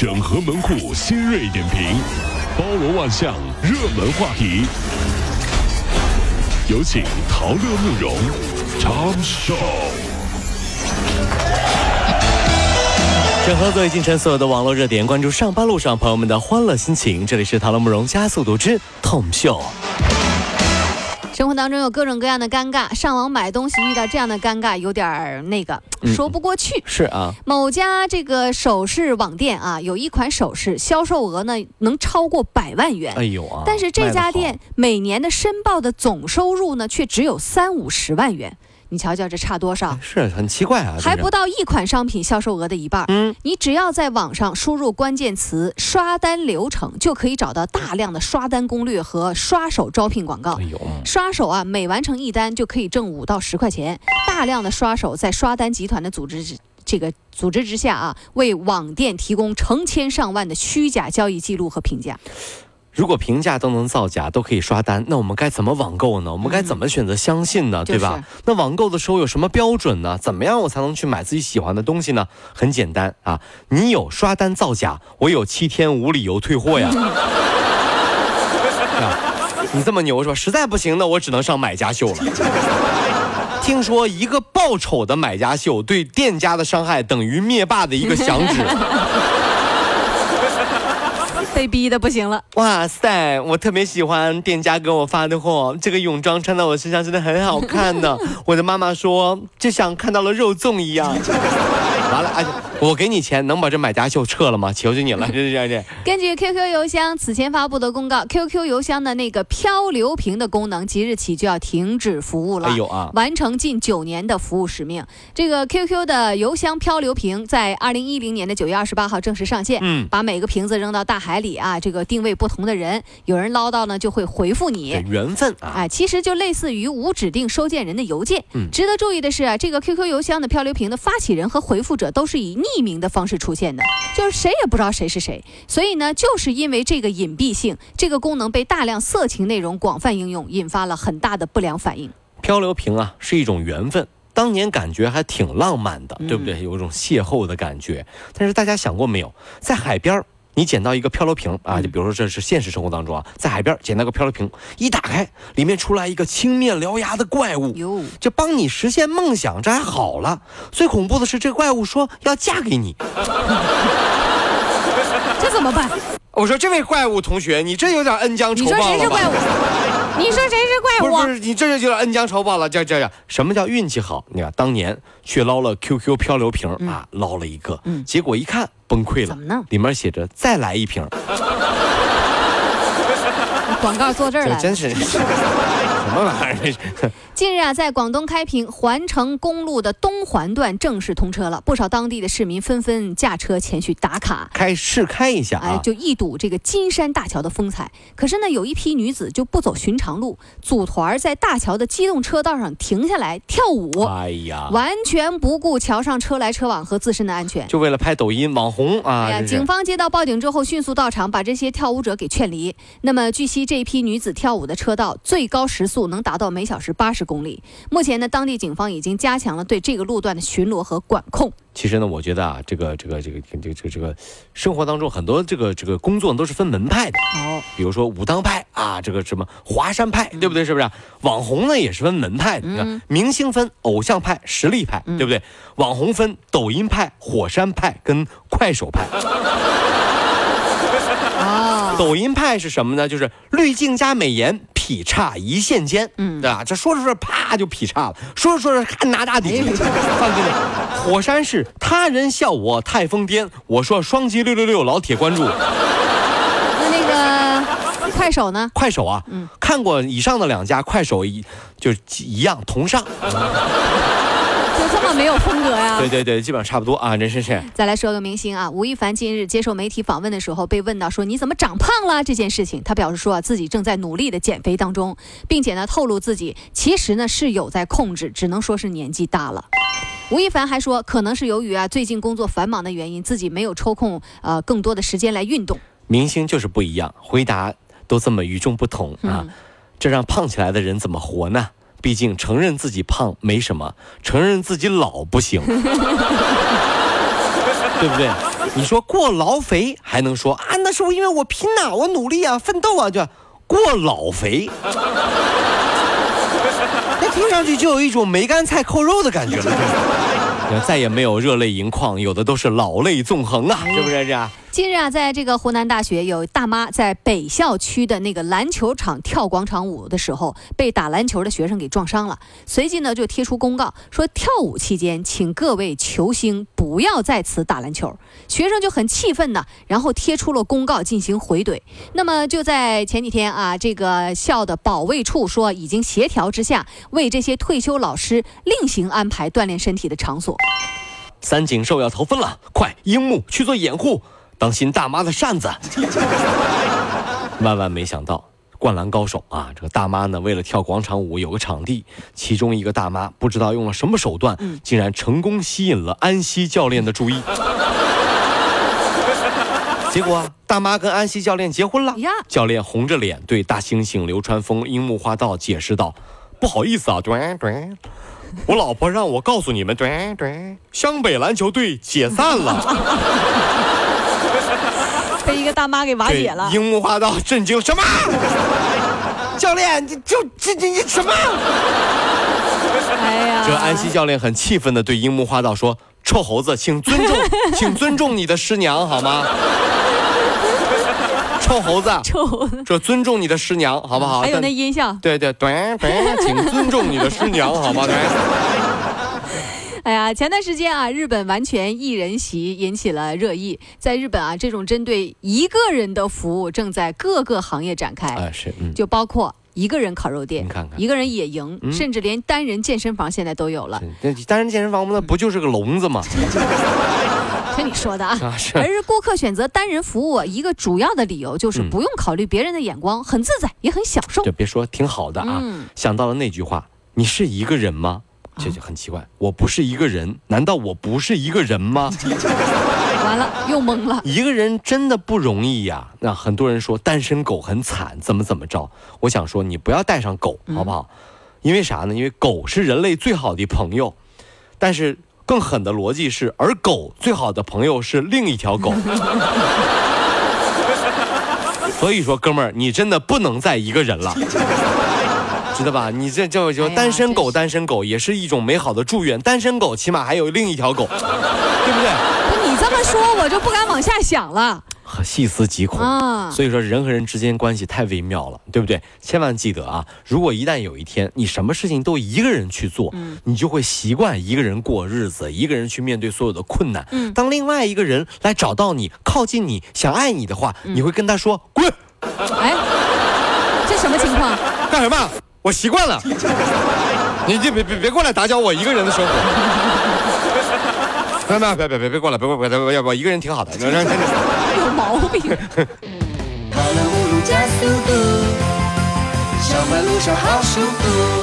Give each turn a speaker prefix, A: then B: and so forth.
A: 整合门户新锐点评，包罗万象，热门话题。有请陶乐慕容 Tom Show。
B: 整合最近城所有的网络热点，关注上班路上朋友们的欢乐心情。这里是陶乐慕容加速度之 Tom Show。
C: 生活当中有各种各样的尴尬，上网买东西遇到这样的尴尬，有点说不过去。
B: 是啊，
C: 某家这个首饰网店啊，有一款首饰销售额呢能超过100万元。
B: 哎呦啊！
C: 但是这家店每年的申报的总收入呢，却只有30-50万元。你瞧瞧这差多少？
B: 是很奇怪啊，
C: 还不到一款商品销售额的一半。你只要在网上输入关键词刷单流程，就可以找到大量的刷单攻略和刷手招聘广告。刷手啊，每完成一单就可以挣5到10块钱。大量的刷手在刷单集团的组织之下啊，为网店提供成千上万的虚假交易记录和评价。
B: 如果评价都能造假，都可以刷单，那我们该怎么网购呢？我们该怎么选择相信呢？对吧？那网购的时候有什么标准呢？怎么样我才能去买自己喜欢的东西呢？很简单啊，你有刷单造假，我有7天无理由退货呀。你这么牛是吧？实在不行呢，我只能上买家秀了。听说一个爆丑的买家秀对店家的伤害等于灭霸的一个响指。
C: 被逼的不行了。
B: 哇塞，我特别喜欢店家给我发的货，这个泳装穿到我身上真的很好看呢。我的妈妈说就像看到了肉粽一样。完了，我给你钱能把这买家秀撤了吗？求求你了，这。
C: 根据 QQ 邮箱此前发布的公告， QQ 邮箱的那个漂流瓶的功能即日起就要停止服务了。哎呦啊！完成近9年的服务使命。这个 QQ 的邮箱漂流瓶在2010年的9月28号正式上线。把每个瓶子扔到大海里啊，这个定位不同的人，有人捞到呢就会回复你。
B: 缘分啊！
C: 其实就类似于无指定收件人的邮件。值得注意的是啊，这个 QQ 邮箱的漂流瓶的发起人和回复者都是以匿名的方式出现的，就是谁也不知道谁是谁。所以呢，就是因为这个隐蔽性，这个功能被大量色情内容广泛应用，引发了很大的不良反应。
B: 漂流瓶啊，是一种缘分。当年感觉还挺浪漫的，对不对？有一种邂逅的感觉。但是大家想过没有，在海边你捡到一个漂流瓶啊，就比如说这是现实生活当中啊，在海边捡到个漂流瓶，一打开，里面出来一个青面獠牙的怪物，就帮你实现梦想，这还好了。最恐怖的是，这个怪物说要嫁给你，
C: 这怎么办？
B: 我说这位怪物同学，你这有点恩将仇报了吧？
C: 你说谁是怪物？你说谁是怪物？
B: 不是，你这就有点恩将仇报了。这什么叫运气好？你看当年去捞了 QQ 漂流瓶啊，捞了一个，结果一看崩溃了。
C: 怎么呢？
B: 里面写着再来一瓶。
C: 广告做这儿来了，
B: 真是什么玩意儿？
C: 近日啊，在广东开平环城公路的东环段正式通车了，不少当地的市民纷纷驾车前去打卡，试开一下啊，就一睹这个金山大桥的风采。可是呢，有一批女子就不走寻常路，组团在大桥的机动车道上停下来跳舞，完全不顾桥上车来车往和自身的安全，
B: 就为了拍抖音网红啊！
C: 警方接到报警之后，迅速到场，把这些跳舞者给劝离。那么据悉，这一批女子跳舞的车道最高时速能达到每小时80公里。目前呢，当地警方已经加强了对这个路段的巡逻和管控。
B: 其实呢，我觉得啊，这个生活当中很多这个工作都是分门派的。比如说武当派啊，这个什么华山派，对不对？是不是？网红呢也是分门派的。明星分偶像派、实力派，对不对？网红分抖音派、火山派跟快手派。抖音派是什么呢？就是滤镜加美颜，劈叉一线间，对吧？这说着说着啪就劈叉了，说着说着看拿大顶。火山是他人笑我太疯癫，我说双击666，老铁关注。
C: 那个快手呢？
B: 快手啊，看过以上的2家，快手就一样同上。
C: 就这么没有风格呀？
B: 对，基本上差不多啊，真是。
C: 再来说个明星啊，吴亦凡近日接受媒体访问的时候，被问到说你怎么长胖了这件事情，他表示说自己正在努力的减肥当中，并且呢透露自己其实呢是有在控制，只能说是年纪大了。吴亦凡还说，可能是由于最近工作繁忙的原因，自己没有抽空更多的时间来运动。
B: 明星就是不一样，回答都这么与众不同啊，这让胖起来的人怎么活呢？毕竟承认自己胖没什么，承认自己老不行，对不对？ 你说过劳肥还能说啊，那是因为我拼呐，我努力啊，奋斗啊，就过老肥。那听上去就有一种梅干菜扣肉的感觉了，再也没有热泪盈眶，有的都是老泪纵横啊，是不是这样？
C: 近日啊，在这个湖南大学有大妈在北校区的那个篮球场跳广场舞的时候，被打篮球的学生给撞伤了。随即呢，就贴出公告说，跳舞期间请各位球星不要在此打篮球。学生就很气愤呢，然后贴出了公告进行回怼。那么就在前几天啊，这个校的保卫处说已经协调之下，为这些退休老师另行安排锻炼身体的场所。
B: 三井寿要投分了，快樱木去做掩护，当心大妈的扇子。万万没想到，灌篮高手啊，这个大妈呢，为了跳广场舞有个场地，其中一个大妈不知道用了什么手段，竟然成功吸引了安西教练的注意。结果大妈跟安西教练结婚了。教练红着脸对大猩猩、流川枫、樱木花道解释道：“不好意思啊，对，我老婆让我告诉你们，对，湘北篮球队解散了。”
C: 被一个大妈给瓦解了。
B: 樱木花道震惊：“什么？教练，你什么？”
C: 哎呀！
B: 这安西教练很气愤地对樱木花道说：“臭猴子，请尊重你的师娘好吗？臭猴子，这尊重你的师娘好不好？
C: 还有那音效，
B: 对，请尊重你的师娘好吗？”
C: 哎呀，前段时间啊，日本完全一人席引起了热议。在日本啊，这种针对一个人的服务正在各个行业展开。就包括一个人烤肉店，一个人野营，甚至连单人健身房现在都有了。
B: 单人健身房那不就是个笼子吗？
C: 听你说的啊。而顾客选择单人服务，一个主要的理由就是不用考虑别人的眼光，很自在，也很享受。
B: 就别说挺好的啊，想到了那句话：“你是一个人吗？”这就很奇怪，我不是一个人，难道我不是一个人吗？
C: 完了，又懵了。
B: 一个人真的不容易呀。那很多人说单身狗很惨，怎么着？我想说，你不要带上狗，好不好？因为啥呢？因为狗是人类最好的朋友，但是更狠的逻辑是，而狗最好的朋友是另一条狗。所以说，哥们儿，你真的不能再一个人了。知道吧？你这就单身狗也是一种美好的祝愿。单身狗起码还有另一条狗，对不对？
C: 你这么说，我就不敢往下想了。
B: 细思极恐啊！所以说人和人之间关系太微妙了，对不对？千万记得啊，如果一旦有一天你什么事情都一个人去做，你就会习惯一个人过日子，一个人去面对所有的困难。当另外一个人来找到你、靠近你、想爱你的话，你会跟他说滚。
C: 哎，这什么情况？
B: 干什么？我习惯了，你就别过来打搅我一个人的生活。别过来，我一个人挺好的。
C: 有毛病。
D: 跑了5路加速度，上班路上好舒服。